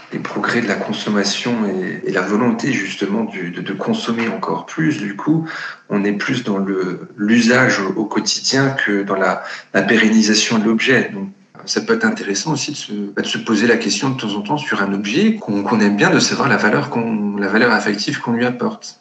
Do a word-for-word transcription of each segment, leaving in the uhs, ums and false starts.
les progrès de la consommation et, et la volonté justement du, de, de consommer encore plus, du coup, on est plus dans le, l'usage au, au quotidien que dans la, la pérennisation de l'objet. Donc, ça peut être intéressant aussi de se, de se poser la question de temps en temps sur un objet qu'on, qu'on aime bien, de savoir la valeur, qu'on, la valeur affective qu'on lui apporte.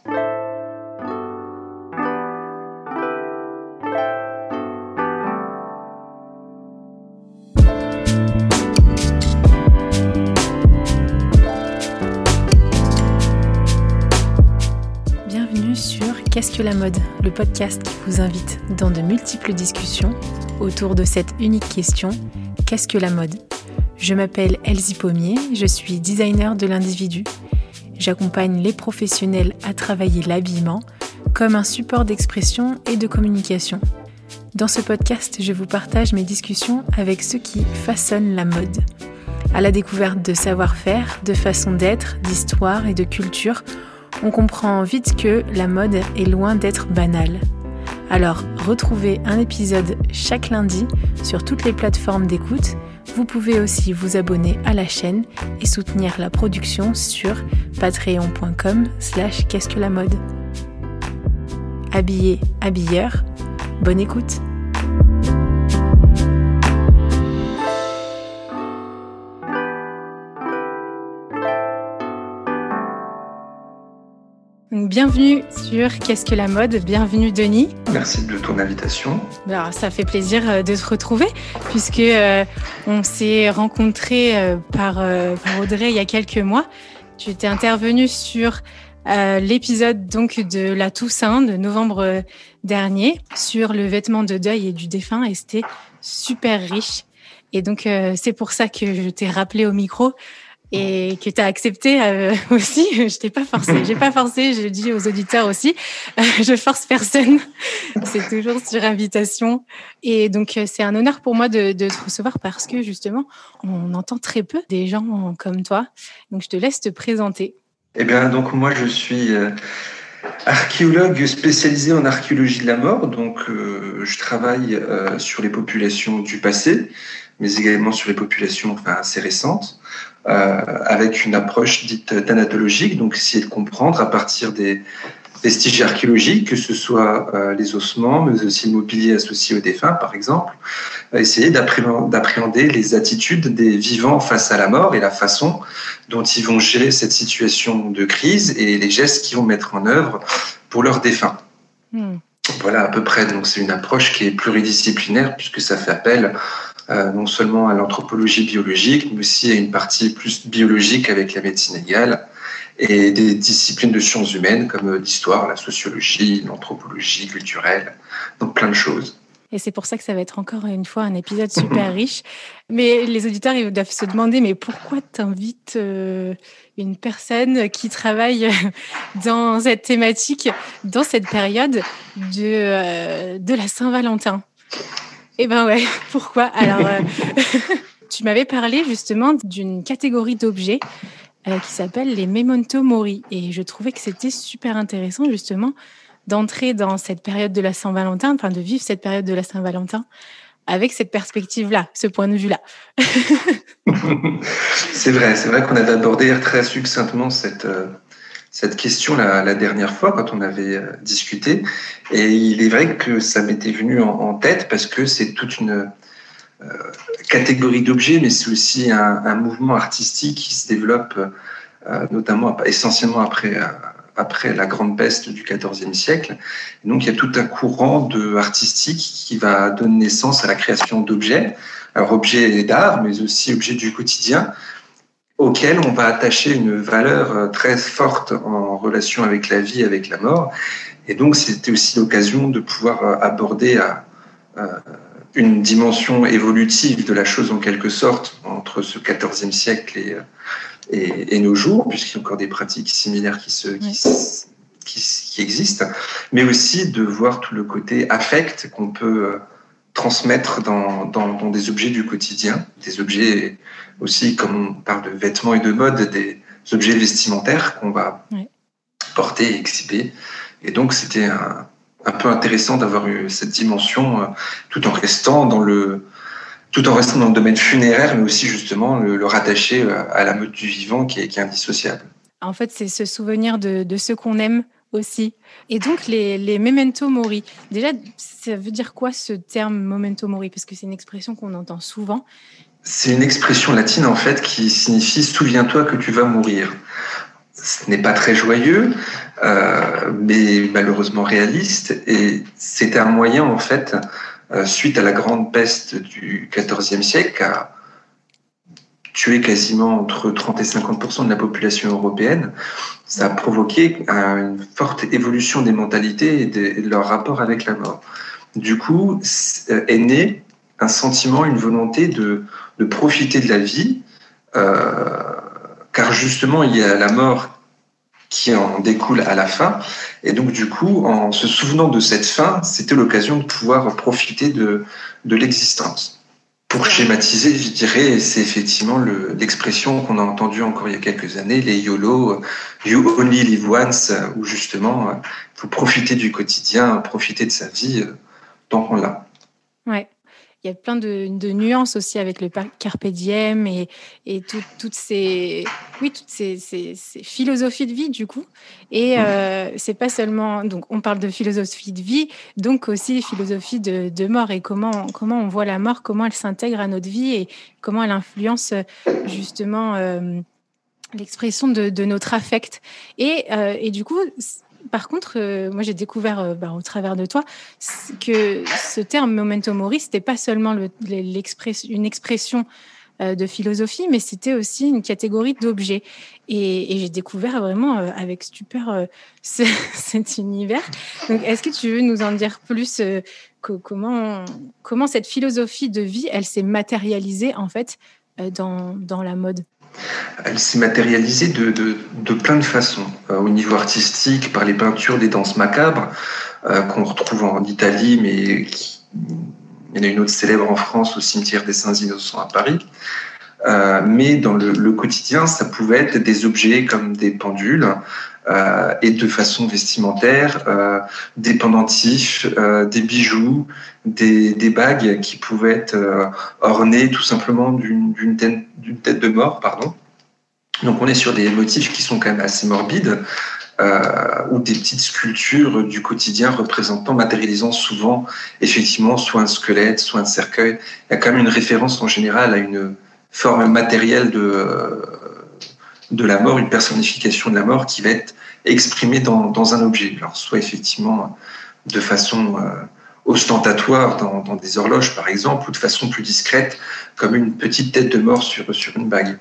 Qu'est-ce que la mode ? Le podcast qui vous invite dans de multiples discussions autour de cette unique question, qu'est-ce que la mode ? Je m'appelle Elsie Pommier, je suis designer de l'individu. J'accompagne les professionnels à travailler l'habillement comme un support d'expression et de communication. Dans ce podcast, je vous partage mes discussions avec ceux qui façonnent la mode. À la découverte de savoir-faire, de façon d'être, d'histoire et de culture, on comprend vite que la mode est loin d'être banale. Alors, retrouvez un épisode chaque lundi sur toutes les plateformes d'écoute. Vous pouvez aussi vous abonner à la chaîne et soutenir la production sur patreon point com slash qu'est-ce que la mode. Habillé, habilleur, bonne écoute. Bienvenue sur Qu'est-ce que la mode ? Bienvenue Denis. Merci de ton invitation. Alors, ça fait plaisir de te retrouver puisque euh, on s'est rencontrés euh, par, euh, par Audrey il y a quelques mois. Tu étais intervenue sur euh, l'épisode donc de la Toussaint de novembre dernier sur le vêtement de deuil et du défunt et c'était super riche. Et donc euh, c'est pour ça que je t'ai rappelé au micro. Et que tu as accepté euh, aussi. Je t'ai pas forcé, j'ai pas forcé, je dis aux auditeurs aussi, euh, je force personne. C'est toujours sur invitation. Et donc c'est un honneur pour moi de, de te recevoir parce que justement, on entend très peu des gens comme toi. Donc je te laisse te présenter. Eh bien, donc moi je suis euh, archéologue spécialisé en archéologie de la mort. Donc euh, je travaille euh, sur les populations du passé, mais également sur les populations enfin, assez récentes. Euh, avec une approche dite thanatologique, donc essayer de comprendre à partir des vestiges archéologiques, que ce soit euh, les ossements, mais aussi le mobilier associé aux défunts, par exemple, essayer d'appréhender, d'appréhender les attitudes des vivants face à la mort et la façon dont ils vont gérer cette situation de crise et les gestes qu'ils vont mettre en œuvre pour leurs défunts. Mmh. Voilà à peu près, donc c'est une approche qui est pluridisciplinaire puisque ça fait appel Euh, non seulement à l'anthropologie biologique, mais aussi à une partie plus biologique avec la médecine égale et des disciplines de sciences humaines comme l'histoire, la sociologie, l'anthropologie culturelle, donc plein de choses. Et c'est pour ça que ça va être encore une fois un épisode super riche. Mais les auditeurs ils doivent se demander, mais pourquoi t'invites euh, une personne qui travaille dans cette thématique, dans cette période de, euh, de la Saint-Valentin ? Eh ben ouais, pourquoi ? Alors, euh, tu m'avais parlé justement d'une catégorie d'objets euh, qui s'appelle les memento mori. Et je trouvais que c'était super intéressant justement d'entrer dans cette période de la Saint-Valentin, enfin de vivre cette période de la Saint-Valentin avec cette perspective-là, ce point de vue-là. C'est vrai, c'est vrai qu'on avait abordé très succinctement cette... Euh... cette question la, la dernière fois quand on avait euh, discuté. Et il est vrai que ça m'était venu en, en tête parce que c'est toute une euh, catégorie d'objets, mais c'est aussi un, un mouvement artistique qui se développe euh, notamment essentiellement après, euh, après la grande peste du quatorzième siècle. Et donc il y a tout un courant de, artistique qui va donner naissance à la création d'objets, alors objets d'art, mais aussi objets du quotidien, auquel on va attacher une valeur très forte en relation avec la vie, avec la mort. Et donc, c'était aussi l'occasion de pouvoir aborder une dimension évolutive de la chose, en quelque sorte, entre ce quatorzième siècle et, et, et nos jours, puisqu'il y a encore des pratiques similaires qui, se, qui, qui, qui existent, mais aussi de voir tout le côté affect qu'on peut transmettre dans, dans, dans des objets du quotidien, des objets aussi, comme on parle de vêtements et de mode, des objets vestimentaires qu'on va oui. porter et exhiber. Et donc, c'était un, un peu intéressant d'avoir eu cette dimension, euh, tout en restant dans le, tout en restant dans le domaine funéraire, mais aussi justement le, le rattacher à la mode du vivant qui est, qui est indissociable. En fait, c'est se souvenir de, de ceux qu'on aime aussi. Et donc, les, les memento mori. Déjà, ça veut dire quoi ce terme memento mori? Parce que c'est une expression qu'on entend souvent. C'est une expression latine, en fait, qui signifie « souviens-toi que tu vas mourir ». Ce n'est pas très joyeux, euh, mais malheureusement réaliste. Et c'était un moyen, en fait, euh, suite à la grande peste du quatorzième siècle, à tuer quasiment entre trente et cinquante pour cent de la population européenne. Ça a provoqué une forte évolution des mentalités et de, et de leur rapport avec la mort. Du coup, est né un sentiment, une volonté de, de profiter de la vie, euh, car justement, il y a la mort qui en découle à la fin. Et donc, du coup, en se souvenant de cette fin, c'était l'occasion de pouvoir profiter de, de l'existence. Pour schématiser, je dirais, c'est effectivement le, l'expression qu'on a entendue encore il y a quelques années, les YOLO, You Only Live Once, où justement, il faut profiter du quotidien, profiter de sa vie tant qu'on l'a. Ouais. Il y a plein de, de nuances aussi avec le carpe diem et, et tout, toutes ces, oui, toutes ces, ces, ces philosophies de vie du coup. Et euh, c'est pas seulement, donc on parle de philosophie de vie, donc aussi philosophie de, de mort et comment, comment on voit la mort, comment elle s'intègre à notre vie et comment elle influence justement euh, l'expression de, de notre affect. Et, euh, et du coup, par contre, euh, moi j'ai découvert euh, bah, au travers de toi que ce terme memento mori, c'était pas seulement le, l'express, une expression euh, de philosophie, mais c'était aussi une catégorie d'objets. Et, et j'ai découvert vraiment euh, avec stupeur euh, ce, cet univers. Donc, est-ce que tu veux nous en dire plus euh, que, comment, comment cette philosophie de vie, elle s'est matérialisée en fait euh, dans, dans la mode? Elle s'est matérialisée de, de, de plein de façons. Euh, au niveau artistique, par les peintures des danses macabres, euh, qu'on retrouve en Italie, mais qui, il y en a une autre célèbre en France, au cimetière des Saints-Innocents à Paris. Euh, mais dans le, le quotidien, ça pouvait être des objets comme des pendules, euh, et de façon vestimentaire, euh, des pendentifs, euh, des bijoux, des, des bagues qui pouvaient être euh, ornées tout simplement d'une, d'une, tête, d'une tête de mort, pardon. Donc on est sur des motifs qui sont quand même assez morbides, euh, ou des petites sculptures du quotidien représentant, matérialisant souvent effectivement soit un squelette, soit un cercueil. Il y a quand même une référence en général à une forme matérielle de, de la mort, une personnification de la mort qui va être exprimée dans, dans un objet. Alors soit effectivement de façon euh, ostentatoire dans, dans des horloges par exemple, ou de façon plus discrète comme une petite tête de mort sur, sur une bague.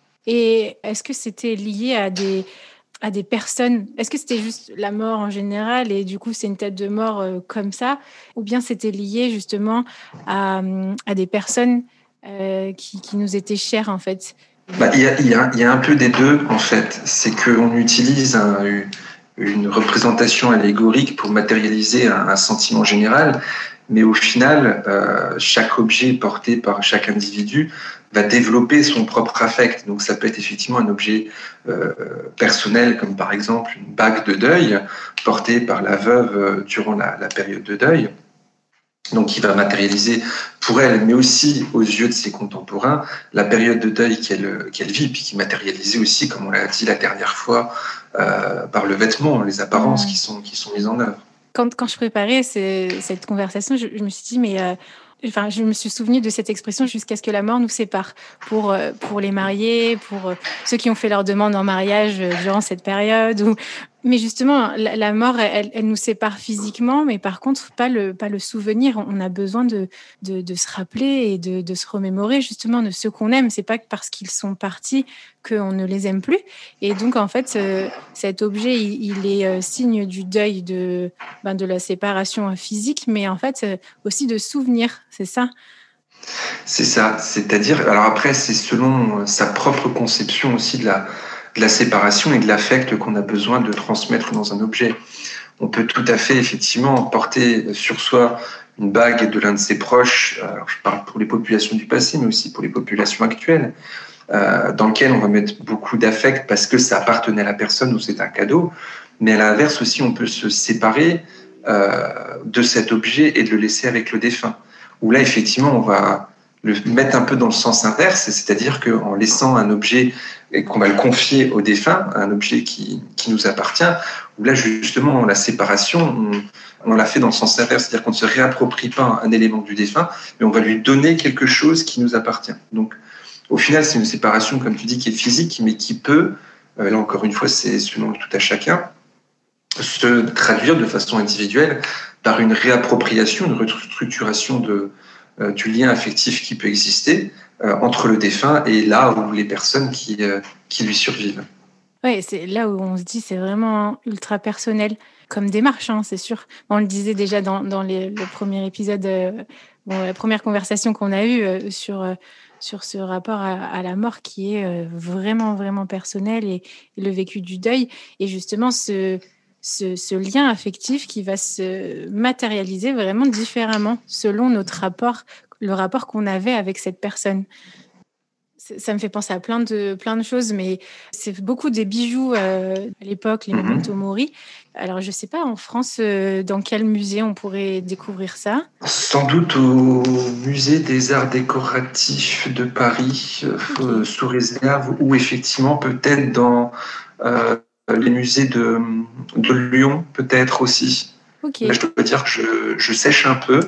Et est-ce que c'était lié à des, à des personnes? Est-ce que c'était juste la mort en général et du coup c'est une tête de mort euh, comme ça? Ou bien c'était lié justement à, à des personnes euh, qui, qui nous étaient chères en fait? Bah, y a, y a, y a un peu des deux en fait. C'est qu'on utilise un, une représentation allégorique pour matérialiser un, un sentiment général, mais au final, euh, chaque objet porté par chaque individu va développer son propre affect. Donc ça peut être effectivement un objet euh, personnel, comme par exemple une bague de deuil portée par la veuve euh, durant la, la période de deuil, donc qui va matérialiser pour elle, mais aussi aux yeux de ses contemporains, la période de deuil qu'elle, qu'elle vit, puis qui matérialisait aussi, comme on l'a dit la dernière fois, euh, par le vêtement, les apparences qui sont, qui sont mises en œuvre. Quand, quand je préparais ces, cette conversation, je, je me suis dit, mais... Euh... Enfin, je me suis souvenue de cette expression jusqu'à ce que la mort nous sépare. Pour, pour les mariés, pour ceux qui ont fait leur demande en mariage durant cette période. Ou... Mais justement, la, la mort, elle, elle nous sépare physiquement, mais par contre, pas le, pas le souvenir. On a besoin de, de, de se rappeler et de, de se remémorer justement de ceux qu'on aime. C'est pas que parce qu'ils sont partis qu'on ne les aime plus. Et donc, en fait, euh, cet objet, il, il est euh, signe du deuil de, ben, de la séparation physique, mais en fait, euh, aussi de souvenirs. C'est ça? C'est ça. C'est-à-dire, alors après, c'est selon sa propre conception aussi de la, de la séparation et de l'affect qu'on a besoin de transmettre dans un objet. On peut tout à fait, effectivement, porter sur soi une bague de l'un de ses proches, alors je parle pour les populations du passé, mais aussi pour les populations actuelles, euh, dans lequel on va mettre beaucoup d'affect parce que ça appartenait à la personne ou c'est un cadeau. Mais à l'inverse aussi, on peut se séparer euh, de cet objet et de le laisser avec le défunt. Où là, effectivement, on va le mettre un peu dans le sens inverse, c'est-à-dire qu'en laissant un objet et qu'on va le confier au défunt, un objet qui, qui nous appartient, où là justement la séparation, on, on l'a fait dans le sens inverse, c'est-à-dire qu'on ne se réapproprie pas un élément du défunt, mais on va lui donner quelque chose qui nous appartient. Donc au final, c'est une séparation, comme tu dis, qui est physique, mais qui peut, euh, là encore une fois, c'est selon tout à chacun, se traduire de façon individuelle par une réappropriation, une restructuration de, euh, du lien affectif qui peut exister euh, entre le défunt et là où les personnes qui, euh, qui lui survivent. Oui, c'est là où on se dit c'est vraiment ultra personnel comme démarche, hein, c'est sûr. On le disait déjà dans, dans les, le premier épisode, euh, bon, la première conversation qu'on a eue euh, sur, euh, sur ce rapport à, à la mort qui est euh, vraiment, vraiment personnel et, et le vécu du deuil. Et justement, ce, ce, ce lien affectif qui va se matérialiser vraiment différemment selon notre rapport, le rapport qu'on avait avec cette personne. Ça me fait penser à plein de, plein de choses, mais c'est beaucoup des bijoux euh, à l'époque, les memento mori. Alors, je ne sais pas, en France, euh, dans quel musée on pourrait découvrir ça ? Sans doute au musée des arts décoratifs de Paris, okay. euh, sous réserve, ou effectivement peut-être dans euh, les musées de, de Lyon, peut-être aussi. Okay. Là, je dois dire que je, je sèche un peu.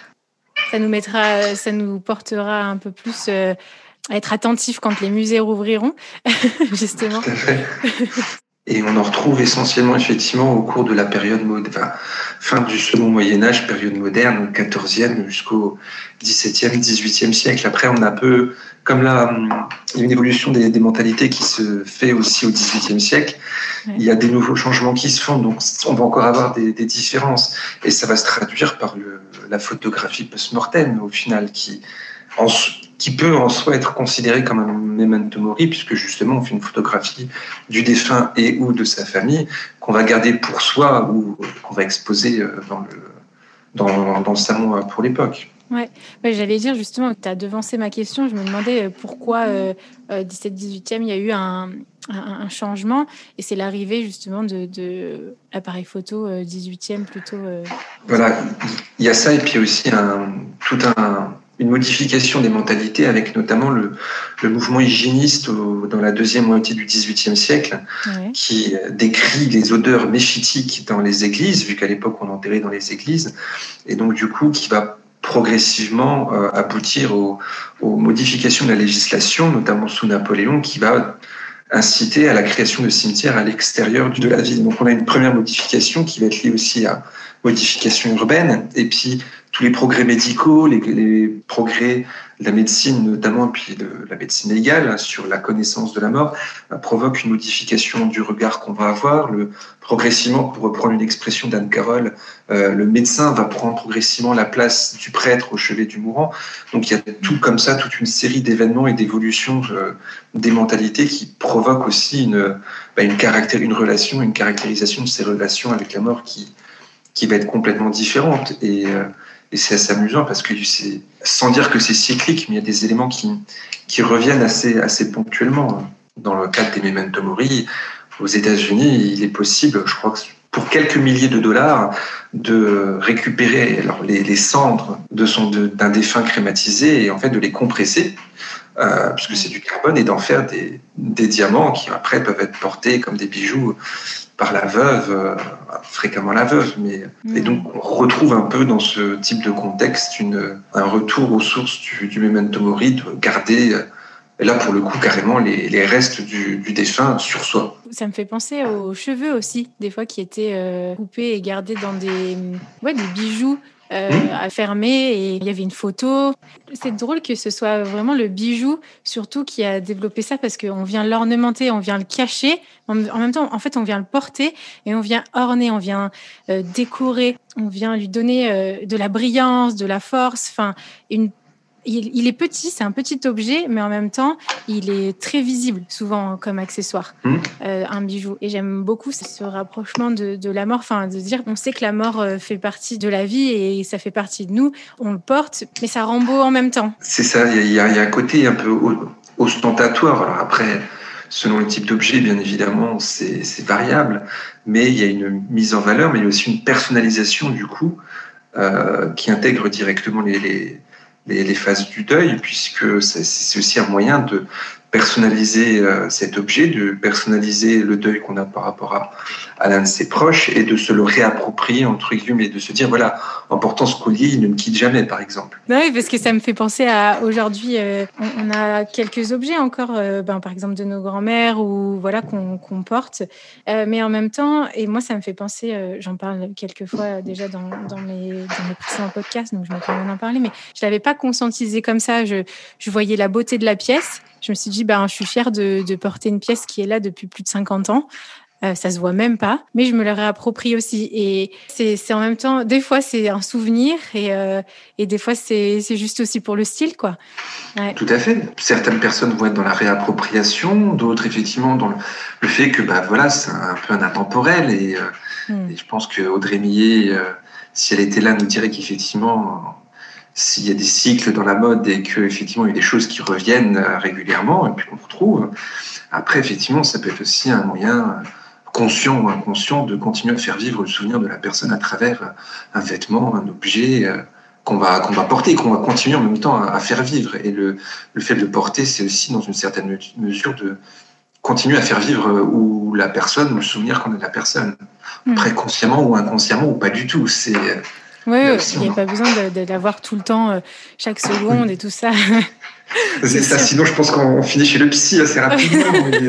Ça nous mettra, ça nous portera un peu plus... Euh, à être attentif quand les musées rouvriront, justement. Tout à fait. Et on en retrouve essentiellement, effectivement, au cours de la période moderne, enfin, fin du second Moyen-Âge, période moderne, quatorzième jusqu'au dix-septième, dix-huitième siècle. Après, on a un peu, comme là, il y a une évolution des, des mentalités qui se fait aussi au dix-huitième siècle. Ouais. Il y a des nouveaux changements qui se font, donc on va encore avoir des, des différences. Et ça va se traduire par le, la photographie post-mortem, au final, qui... En, qui peut en soi être considéré comme un memento mori, puisque justement on fait une photographie du défunt et ou de sa famille qu'on va garder pour soi ou qu'on va exposer dans le, dans, dans le salon pour l'époque. Ouais, ouais, j'allais dire justement, tu as devancé ma question, je me demandais pourquoi euh, dix-sept dix-huitième il y a eu un, un, un changement, et c'est l'arrivée justement de, de l'appareil photo euh, dix-huitième plutôt. Euh... Voilà, il y a ça, et puis aussi un, tout un... une modification des mentalités avec notamment le, le mouvement hygiéniste au, dans la deuxième moitié du dix-huitième siècle, ouais. qui décrit les odeurs méphitiques dans les églises, vu qu'à l'époque on enterrait dans les églises, et donc du coup qui va progressivement euh, aboutir aux, aux modifications de la législation, notamment sous Napoléon, qui va inciter à la création de cimetières à l'extérieur de la ville. Donc on a une première modification qui va être liée aussi à modification urbaine, et puis tous les progrès médicaux, les, les progrès de la médecine notamment, puis de la médecine légale sur la connaissance de la mort, euh, provoquent une modification du regard qu'on va avoir. Le, progressivement, pour reprendre une expression d'Anne Carroll, euh, le médecin va prendre progressivement la place du prêtre au chevet du mourant. Donc il y a tout comme ça, toute une série d'événements et d'évolutions euh, des mentalités qui provoquent aussi une, bah, une, caractér- une relation, une caractérisation de ces relations avec la mort qui, qui va être complètement différente. Et euh, Et c'est assez amusant parce que c'est, sans dire que c'est cyclique, mais il y a des éléments qui, qui reviennent assez, assez ponctuellement. Dans le cadre des memento mori, aux États-Unis, il est possible, je crois que pour quelques milliers de dollars, de récupérer alors, les, les cendres de son, de, d'un défunt crématisé et en fait de les compresser, euh, puisque c'est du carbone, et d'en faire des, des diamants qui après peuvent être portés comme des bijoux par la veuve, euh, fréquemment la veuve. Mais, mmh. Et donc, on retrouve un peu dans ce type de contexte une, un retour aux sources du, du memento mori, de garder, et là pour le coup, carrément les, les restes du, du défunt sur soi. Ça me fait penser aux cheveux aussi, des fois qui étaient euh, coupés et gardés dans des, ouais, des bijoux. Euh, mmh. à fermer, et il y avait une photo. C'est drôle que ce soit vraiment le bijou surtout qui a développé ça, parce qu'on vient l'ornementer, on vient le cacher, en, en même temps en fait on vient le porter et on vient orner, on vient euh, décorer, on vient lui donner euh, de la brillance, de la force, enfin une Il, il est petit, c'est un petit objet, mais en même temps, il est très visible, souvent comme accessoire, mmh. euh, un bijou. Et j'aime beaucoup ce rapprochement de, de la mort, enfin, de dire, on sait que la mort fait partie de la vie et ça fait partie de nous, on le porte, mais ça rend beau en même temps. C'est ça, il y a, il y a un côté un peu ostentatoire. Alors après, selon le type d'objet, bien évidemment, c'est, c'est variable, mais il y a une mise en valeur, mais il y a aussi une personnalisation, du coup, euh, qui intègre directement les... les les, les phases du deuil, puisque c'est, c'est aussi un moyen de personnaliser euh, cet objet, de personnaliser le deuil qu'on a par rapport à, à l'un de ses proches et de se le réapproprier, entre guillemets, de se dire, voilà, en portant ce collier, il ne me quitte jamais, par exemple. Non, oui, parce que ça me fait penser à aujourd'hui, euh, on, on a quelques objets encore, euh, ben, par exemple de nos grands-mères ou voilà qu'on, qu'on porte, euh, mais en même temps, et moi ça me fait penser, euh, j'en parle quelques fois déjà dans, dans, mes, dans mes précédents podcasts, donc je me permets d'en parler, mais je l'avais pas conscientisé comme ça, je, je voyais la beauté de la pièce, je me suis dit, ben, je suis fière de, de porter une pièce qui est là depuis plus de cinquante ans. Euh, ça se voit même pas, mais je me le réapproprie aussi. Et c'est, c'est en même temps, des fois c'est un souvenir et, euh, et des fois c'est, c'est juste aussi pour le style, quoi. Ouais. Tout à fait. Certaines personnes vont être dans la réappropriation, d'autres effectivement dans le, le fait que bah voilà, c'est un peu un intemporel. Et, euh, mm. et je pense que Audrey Millet, euh, si elle était là, nous dirait qu'effectivement, euh, s'il y a des cycles dans la mode et qu'effectivement il y a des choses qui reviennent euh, régulièrement et puis qu'on retrouve. Après, effectivement, ça peut être aussi un moyen conscient ou inconscient de continuer à faire vivre le souvenir de la personne à travers un vêtement, un objet euh, qu'on va qu'on va porter, qu'on va continuer en même temps à, à faire vivre. Et le, le fait de le porter, c'est aussi dans une certaine mesure de continuer à faire vivre euh, ou la personne ou le souvenir qu'on a de la personne. Après, consciemment ou inconsciemment ou pas du tout. C'est oui, il n'y a pas besoin de, de l'avoir tout le temps, euh, chaque seconde et tout ça. C'est, c'est ça, sûr. Sinon je pense qu'on finit chez le psy assez rapidement. mais...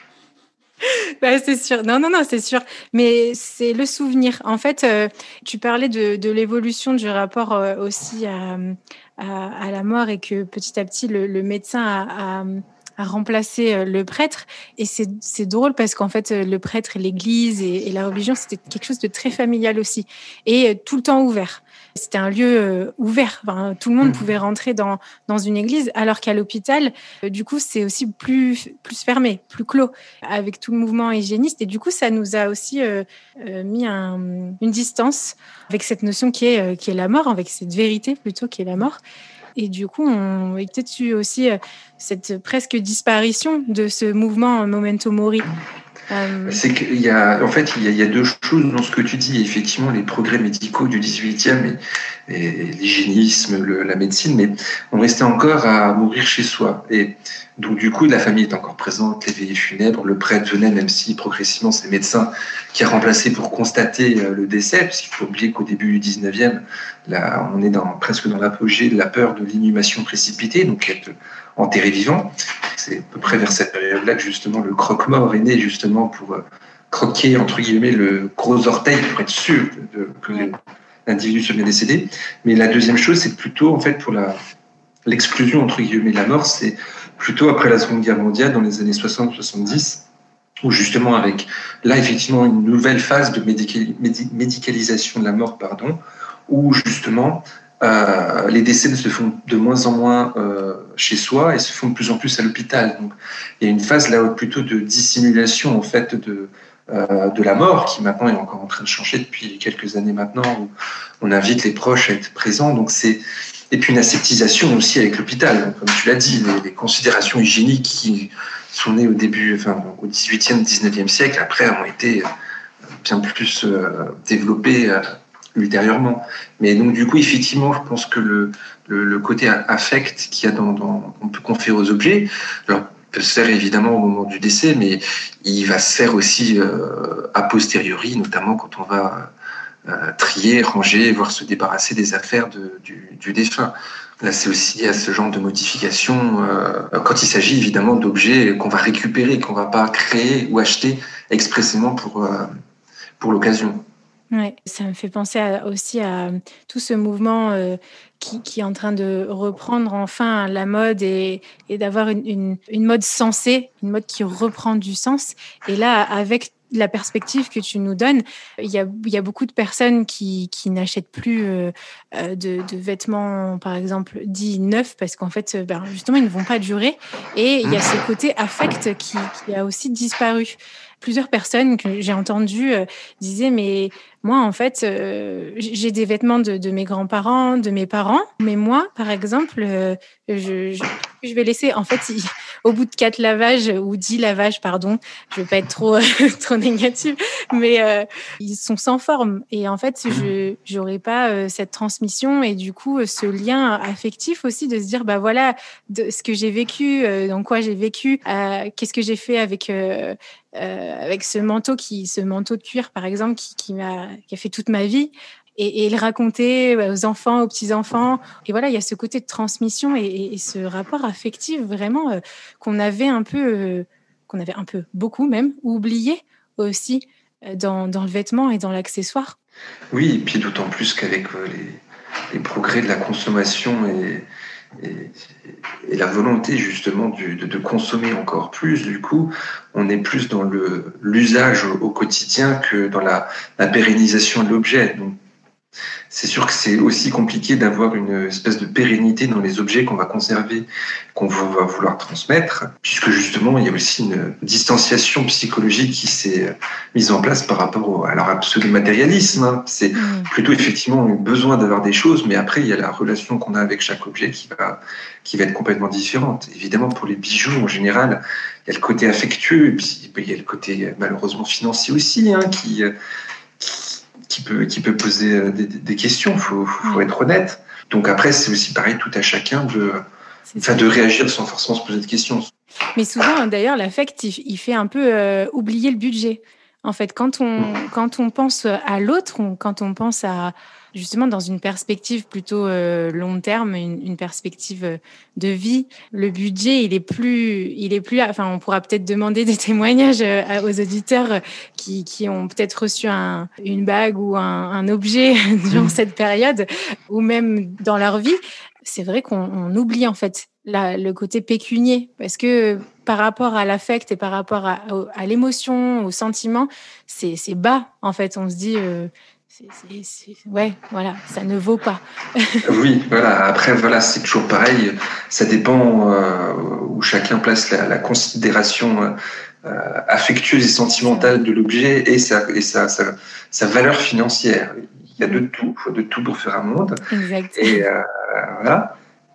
Bah, c'est sûr. Non, non, non, c'est sûr. Mais c'est le souvenir. En fait, euh, tu parlais de, de l'évolution du rapport euh, aussi à, à, à la mort et que petit à petit, le, le médecin a, a, a remplacé le prêtre. Et c'est, c'est drôle parce qu'en fait, le prêtre et l'église et, et la religion, c'était quelque chose de très familial aussi. Et euh, tout le temps ouvert. C'était un lieu euh, ouvert. Enfin, tout le monde mmh. pouvait rentrer dans, dans une église, alors qu'à l'hôpital, euh, du coup, c'est aussi plus, plus fermé, plus clos, avec tout le mouvement hygiéniste. Et du coup, ça nous a aussi euh, euh, mis un, une distance avec cette notion qui est, euh, qui est la mort, avec cette vérité plutôt qui est la mort. Et du coup, on a peut-être eu aussi euh, cette presque disparition de ce mouvement Memento Mori. Euh... C'est qu'il y a, en fait, il y a, il y a deux choses dans ce que tu dis. Effectivement, les progrès médicaux du dix-huitième et, et l'hygiénisme, le, la médecine, mais on restait encore à mourir chez soi. Et donc, du coup, la famille est encore présente, les veillées funèbres, le prêtre venait, même si progressivement, c'est le médecin qui a remplacé pour constater le décès, parce qu'il faut oublier qu'au début du dix-neuvième, là, on est dans, presque dans l'apogée de la peur de l'inhumation précipitée, donc être enterré vivant. C'est à peu près vers cette période-là que justement le croque-mort est né, justement pour euh, croquer entre guillemets le gros orteil pour être sûr de, de, que ouais. l'individu soit bien décédé. Mais la deuxième chose, c'est plutôt en fait pour la, l'exclusion entre guillemets de la mort, c'est plutôt après la Seconde Guerre mondiale, dans les années soixante soixante-dix, où justement avec là effectivement une nouvelle phase de médical, médi, médicalisation de la mort, pardon, où justement Euh, les décès se font de moins en moins euh, chez soi et se font de plus en plus à l'hôpital. Donc, il y a une phase là plutôt de dissimulation en fait de euh, de la mort qui maintenant est encore en train de changer depuis quelques années maintenant où on invite les proches à être présents. Donc c'est et puis une aseptisation aussi avec l'hôpital. Donc, comme tu l'as dit, les, les considérations hygiéniques qui sont nées au début, enfin au dix-huitième, dix-neuvième siècle, après ont été bien plus euh, développées. Euh, ultérieurement. Mais donc, du coup, effectivement, je pense que le, le, le côté affect qu'il y a dans, dans, on peut conférer aux objets, alors, peut se faire évidemment au moment du décès, mais il va se faire aussi euh, a posteriori, notamment quand on va euh, trier, ranger, voire se débarrasser des affaires de, du, du défunt. Là, c'est aussi à ce genre de modification, euh, quand il s'agit évidemment d'objets qu'on va récupérer, qu'on ne va pas créer ou acheter expressément pour, euh, pour l'occasion. Ouais, ça me fait penser à, aussi à tout ce mouvement euh, qui, qui est en train de reprendre enfin la mode et, et d'avoir une, une, une mode sensée, une mode qui reprend du sens. Et là, avec la perspective que tu nous donnes, il y a, il y a beaucoup de personnes qui, qui n'achètent plus euh, de, de vêtements, par exemple, dits neufs, parce qu'en fait, ben, justement, ils ne vont pas durer. Et il y a ce côté affect qui, qui a aussi disparu. Plusieurs personnes que j'ai entendues euh, disaient, mais moi, en fait, euh, j'ai des vêtements de, de mes grands-parents, de mes parents, mais moi, par exemple, euh, je, je, je vais laisser, en fait, il, au bout de quatre lavages ou dix lavages, pardon, je veux pas être trop, trop négative, mais euh, ils sont sans forme. Et en fait, je j'aurais pas euh, cette transmission et du coup, ce lien affectif aussi de se dire, bah voilà, de ce que j'ai vécu, euh, dans quoi j'ai vécu, euh, qu'est-ce que j'ai fait avec euh, euh, avec ce manteau qui, ce manteau de cuir par exemple, qui, qui m'a, qui a fait toute ma vie. Et, et le raconter aux enfants, aux petits-enfants. Et voilà, il y a ce côté de transmission et, et, et ce rapport affectif vraiment euh, qu'on avait un peu, euh, qu'on avait un peu, beaucoup même, oublié aussi euh, dans, dans le vêtement et dans l'accessoire. Oui, et puis d'autant plus qu'avec euh, les, les progrès de la consommation et, et, et la volonté justement du, de, de consommer encore plus, du coup, on est plus dans le, l'usage au, au quotidien que dans la, la pérennisation de l'objet. Donc, c'est sûr que c'est aussi compliqué d'avoir une espèce de pérennité dans les objets qu'on va conserver, qu'on va vouloir transmettre, puisque justement, il y a aussi une distanciation psychologique qui s'est mise en place par rapport à leur absolu matérialisme. Hein. C'est mmh. plutôt effectivement un besoin d'avoir des choses, mais après, il y a la relation qu'on a avec chaque objet qui va, qui va être complètement différente. Évidemment, pour les bijoux, en général, il y a le côté affectueux, et puis il y a le côté malheureusement financier aussi, hein, qui... Qui peut, qui peut poser des, des questions, il faut, faut être honnête. Donc après, c'est aussi pareil, tout à chacun de, enfin, de réagir sans forcément se poser de questions. Mais souvent, d'ailleurs, l'affect, il, il fait un peu euh, oublier le budget. En fait, quand on, mmh. quand on pense à l'autre, on, quand on pense à, justement, dans une perspective plutôt euh, long terme, une, une perspective de vie, le budget, il est plus, il est plus, enfin, on pourra peut-être demander des témoignages aux auditeurs qui, qui ont peut-être reçu un, une bague ou un, un objet durant mmh. cette période, ou même dans leur vie. C'est vrai qu'on on oublie, en fait, la, le côté pécunier, parce que par rapport à l'affect et par rapport à, à l'émotion, au sentiment, c'est, c'est bas, en fait. On se dit, euh, c'est, c'est, c'est, ouais, voilà, ça ne vaut pas. Oui, voilà. Après, voilà, c'est toujours pareil. Ça dépend euh, où chacun place la, la considération euh, affectueuse et sentimentale de l'objet et sa, et sa, sa, sa valeur financière. Il y a de tout, il faut de tout pour faire un monde. Exact. Et euh, voilà.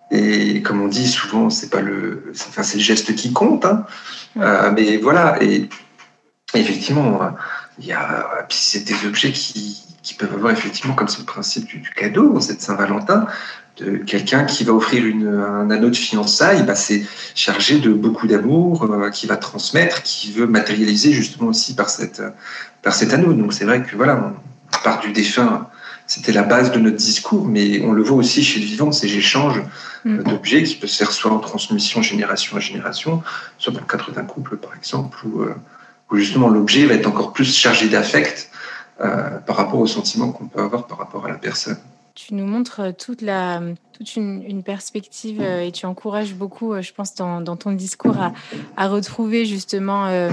Et comme on dit souvent, c'est pas le, c'est, enfin, c'est le geste qui compte. Hein. Ouais. Euh, mais voilà. Et effectivement, il y a, puis c'est des objets qui, qui peuvent avoir effectivement, comme c'est le principe du, du cadeau, cette Saint-Valentin, de quelqu'un qui va offrir une, un anneau de fiançailles, bah c'est chargé de beaucoup d'amour, euh, qui va transmettre, qui veut matérialiser justement aussi par cette, par cet anneau. Donc c'est vrai que voilà, on part du défunt. C'était la base de notre discours, mais on le voit aussi chez le vivant, ces échanges mmh. d'objets qui peuvent se faire soit en transmission génération à génération, soit dans le cadre d'un couple, par exemple, où, euh, où justement l'objet va être encore plus chargé d'affect euh, par rapport aux sentiments qu'on peut avoir par rapport à la personne. Tu nous montres toute, la, toute une, une perspective euh, et tu encourages beaucoup, euh, je pense, dans, dans ton discours à, à retrouver justement... Euh,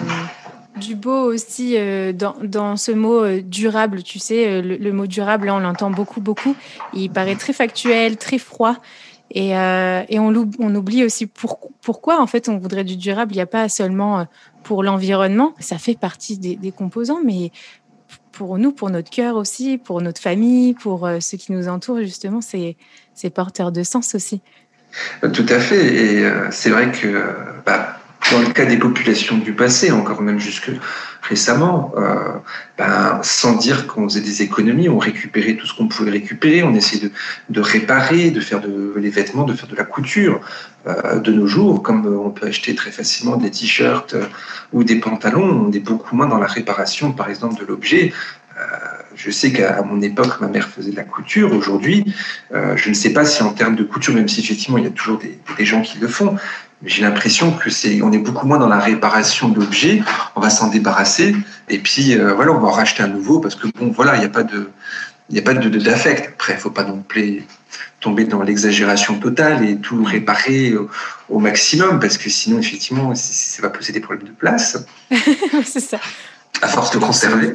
du beau aussi euh, dans, dans ce mot euh, durable, tu sais, euh, le, le mot durable, là, on l'entend beaucoup, beaucoup. Il paraît très factuel, très froid. Et, euh, et on, on oublie aussi pour, pourquoi, en fait, on voudrait du durable. Il n'y a pas seulement pour l'environnement, ça fait partie des, des composants, mais pour nous, pour notre cœur aussi, pour notre famille, pour euh, ceux qui nous entourent, justement, c'est, c'est porteur de sens aussi. Tout à fait. Et euh, c'est vrai que... Euh, bah... Dans le cas des populations du passé, encore même jusque récemment, euh, ben, sans dire qu'on faisait des économies, on récupérait tout ce qu'on pouvait récupérer, on essayait de, de réparer, de faire de, les vêtements, de faire de la couture. Euh, de nos jours, comme on peut acheter très facilement des t-shirts euh, ou des pantalons, on est beaucoup moins dans la réparation, par exemple, de l'objet. Euh, je sais qu'à mon époque, ma mère faisait de la couture. Aujourd'hui, euh, je ne sais pas si en termes de couture, même si effectivement il y a toujours des, des gens qui le font, mais j'ai l'impression que c'est, on est beaucoup moins dans la réparation de l'objet. On va s'en débarrasser et puis euh, voilà, on va en racheter un nouveau parce que bon, voilà, il n'y a pas de, il n'y a pas de, de d'affect. Après, il ne faut pas non plus tomber dans l'exagération totale et tout réparer au, au maximum parce que sinon, effectivement, ça va poser des problèmes de place. C'est ça. À force de conserver.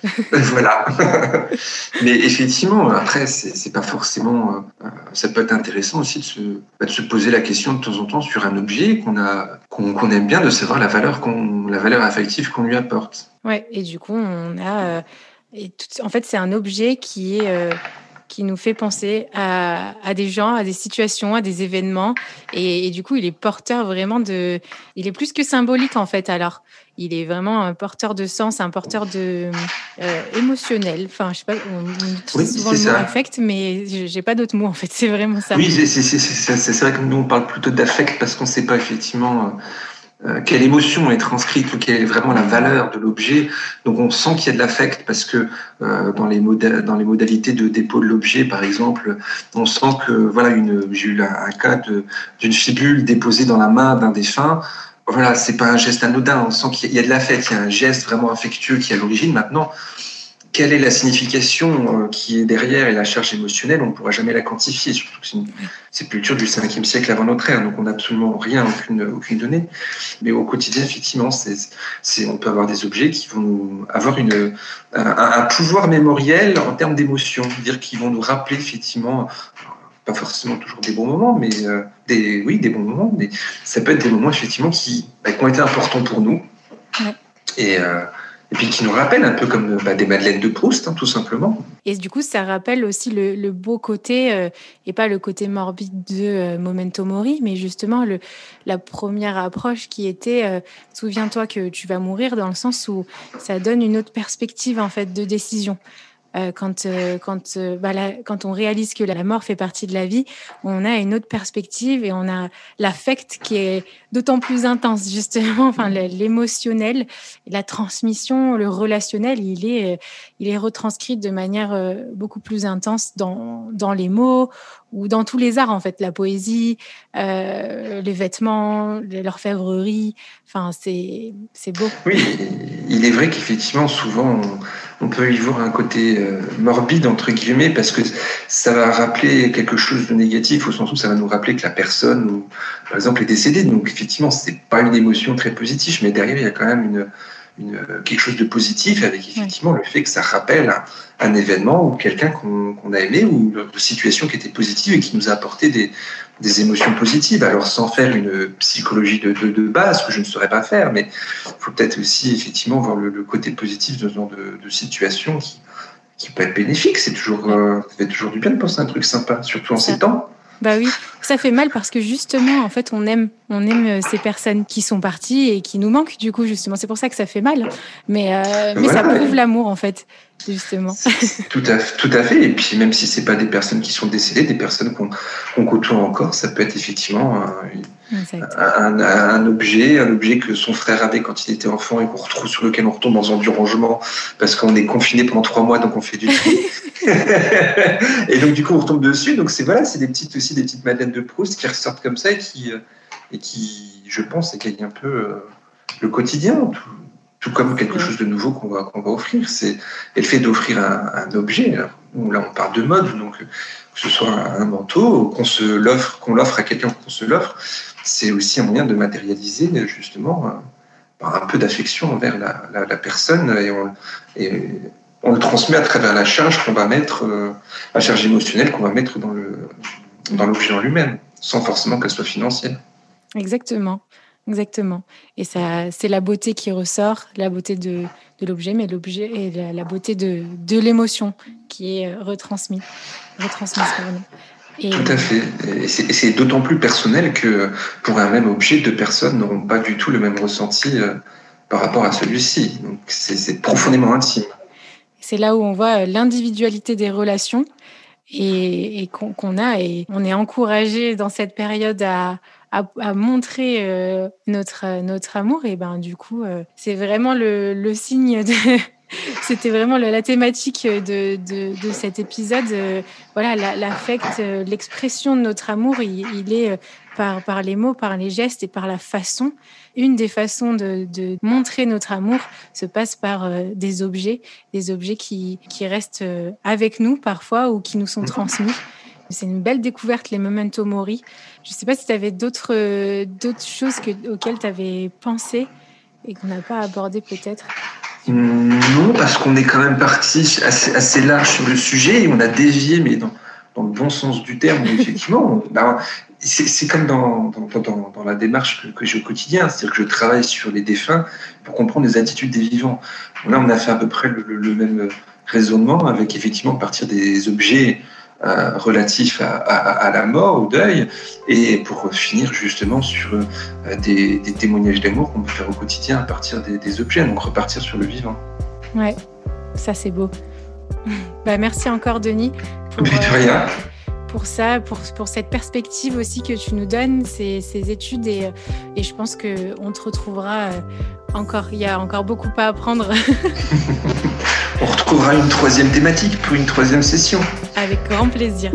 Voilà. Mais effectivement, après, c'est, c'est pas forcément. Euh, ça peut être intéressant aussi de se, bah, de se poser la question de temps en temps sur un objet qu'on a, qu'on, qu'on aime bien, de savoir la valeur qu'on, la valeur affective qu'on lui apporte. Ouais. Et du coup, on a. Euh, et tout, en fait, c'est un objet qui est. Euh, qui nous fait penser à, à des gens, à des situations, à des événements. Et, et du coup, il est porteur vraiment de... Il est plus que symbolique, en fait, alors. Il est vraiment un porteur de sens, un porteur de, euh, émotionnel. Enfin, je sais pas, on, on utilise oui, souvent le mot ça. affect, mais j'ai pas d'autres mots, en fait. C'est vraiment ça. Oui, c'est, c'est, c'est, c'est, c'est vrai que nous, on parle plutôt d'affect parce qu'on ne sait pas effectivement... Euh, quelle émotion est transcrite ou quelle est vraiment la valeur de l'objet. Donc on sent qu'il y a de l'affect parce que euh, dans, les moda- dans les modalités de dépôt de l'objet, par exemple, on sent que voilà, une, j'ai eu un cas de, d'une fibule déposée dans la main d'un défunt. Voilà, c'est pas un geste anodin. On sent qu'il y a de l'affect, il y a un geste vraiment affectueux qui est à l'origine. Maintenant, quelle est la signification qui est derrière et la charge émotionnelle, on ne pourra jamais la quantifier, surtout que c'est une, c'est une culture du cinquième siècle avant notre ère, donc on n'a absolument rien, aucune, aucune donnée. Mais au quotidien, effectivement, c'est, c'est, on peut avoir des objets qui vont nous avoir une, un, un pouvoir mémoriel en termes d'émotion, c'est-à-dire qu'ils vont nous rappeler effectivement, pas forcément toujours des bons moments, mais euh, des, oui, des bons moments, mais ça peut être des moments effectivement qui, bah, qui ont été importants pour nous. Ouais. Et euh, Et puis qui nous rappelle un peu comme bah, des Madeleines de Proust, hein, tout simplement. Et du coup, ça rappelle aussi le, le beau côté, euh, et pas le côté morbide de euh, Memento Mori, mais justement le, la première approche qui était euh, souviens-toi que tu vas mourir, dans le sens où ça donne une autre perspective en fait de décision. Euh, quand, euh, quand, euh, bah, la, quand on réalise que la mort fait partie de la vie, on a une autre perspective et on a l'affect qui est d'autant plus intense, justement, enfin, l'émotionnel, la transmission, le relationnel, il est, il est retranscrit de manière euh, beaucoup plus intense dans, dans les mots ou dans tous les arts, en fait, la poésie, euh, les vêtements, l'orfèvrerie, enfin, c'est, c'est beau. Oui, il est vrai qu'effectivement, souvent, on, on peut y voir un côté euh, morbide, entre guillemets, parce que ça va rappeler quelque chose de négatif, au sens où ça va nous rappeler que la personne, ou, par exemple, est décédée. Donc, effectivement, c'est pas une émotion très positive, mais derrière, il y a quand même une, une, quelque chose de positif, avec effectivement oui. le fait que ça rappelle un, un événement ou quelqu'un qu'on, qu'on a aimé, ou une situation qui était positive et qui nous a apporté des, des émotions positives. Alors, sans faire une psychologie de, de, de base, que je ne saurais pas faire, mais il faut peut-être aussi effectivement voir le, le côté positif de ce genre de, de situation qui, qui peut être bénéfique. C'est toujours, euh, ça fait toujours du bien de penser à un truc sympa, surtout en ça. Ces temps. Bah oui, ça fait mal parce que justement, en fait, on aime, on aime ces personnes qui sont parties et qui nous manquent. Du coup, justement, c'est pour ça que ça fait mal. Mais, euh, mais voilà, ça prouve ouais. l'amour, en fait, justement. Tout à, tout à fait. Et puis, même si c'est pas des personnes qui sont décédées, des personnes qu'on, qu'on côtoie encore, ça peut être effectivement un, un, un objet, un objet que son frère avait quand il était enfant et qu'on retrouve sur lequel on retombe dans un dur rangement parce qu'on est confiné pendant trois mois, donc on fait du tri. Et donc du coup on retombe dessus. Donc c'est voilà, c'est des petites aussi des petites Madeleines de Proust qui ressortent comme ça et qui et qui, je pense, égagnent un peu euh, le quotidien, tout, tout comme quelque chose de nouveau qu'on va qu'on va offrir. C'est et le fait d'offrir un, un objet. Là, où là on parle de mode, donc que ce soit un manteau, qu'on se l'offre, qu'on l'offre à quelqu'un, qu'on se l'offre, c'est aussi un moyen de matérialiser justement euh, un peu d'affection envers la, la, la personne et on et on le transmet à travers la charge qu'on va mettre, euh, la charge émotionnelle qu'on va mettre dans, le, dans l'objet en lui-même, sans forcément qu'elle soit financière. Exactement, exactement. Et ça, c'est la beauté qui ressort, la beauté de, de l'objet, mais l'objet et la, la beauté de, de l'émotion qui est retransmise. retransmise pardon. Et tout à fait. Et c'est, et c'est d'autant plus personnel que pour un même objet, deux personnes n'auront pas du tout le même ressenti euh, par rapport à celui-ci. Donc c'est, c'est profondément intime. C'est là où on voit l'individualité des relations et, et qu'on, qu'on a. Et on est encouragé dans cette période à, à, à montrer euh, notre, notre amour. Et ben du coup, euh, c'est vraiment le, le signe de... C'était vraiment la thématique de, de, de cet épisode. Euh, voilà, la, l'affect, euh, l'expression de notre amour, il, il est euh, par, par les mots, par les gestes et par la façon. Une des façons de, de montrer notre amour se passe par euh, des objets, des objets qui, qui restent euh, avec nous parfois ou qui nous sont transmis. C'est une belle découverte, les Memento Mori. Je ne sais pas si tu avais d'autres, euh, d'autres choses que, auxquelles tu avais pensé et qu'on n'a pas abordé peut-être. Non, parce qu'on est quand même parti assez, assez large sur le sujet et on a dévié, mais dans, dans le bon sens du terme, effectivement. Ben, c'est, c'est comme dans, dans, dans, dans la démarche que, que j'ai au quotidien, c'est-à-dire que je travaille sur les défunts pour comprendre les attitudes des vivants. Là, on a fait à peu près le, le, le même raisonnement avec effectivement partir des objets euh, relatifs à, à, à la mort, au deuil, et pour finir justement sur euh, des, des témoignages d'amour qu'on peut faire au quotidien à partir des, des objets, donc repartir sur le vivant. Ouais, ça c'est beau. Bah, merci encore Denis pour, euh, pour ça, pour, pour cette perspective aussi que tu nous donnes, ces, ces études, et, et je pense qu'on te retrouvera encore, il y a encore beaucoup à apprendre. On retrouvera une troisième thématique pour une troisième session. Avec grand plaisir.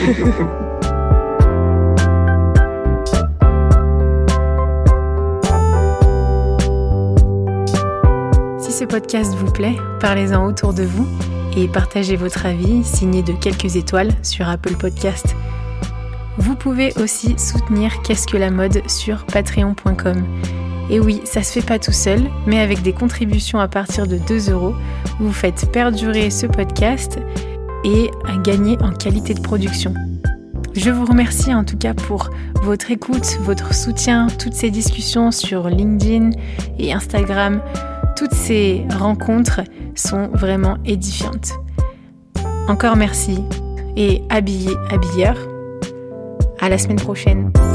Si ce podcast vous plaît, parlez-en autour de vous et partagez votre avis signé de quelques étoiles sur Apple Podcast. Vous pouvez aussi soutenir Qu'est-ce que la mode sur patreon point com. Et oui, ça se fait pas tout seul, mais avec des contributions à partir de deux euros, vous faites perdurer ce podcast et gagner en qualité de production. Je vous remercie en tout cas pour votre écoute, votre soutien, toutes ces discussions sur LinkedIn et Instagram. Toutes ces rencontres sont vraiment édifiantes. Encore merci et habillez, habilleurs. À la semaine prochaine.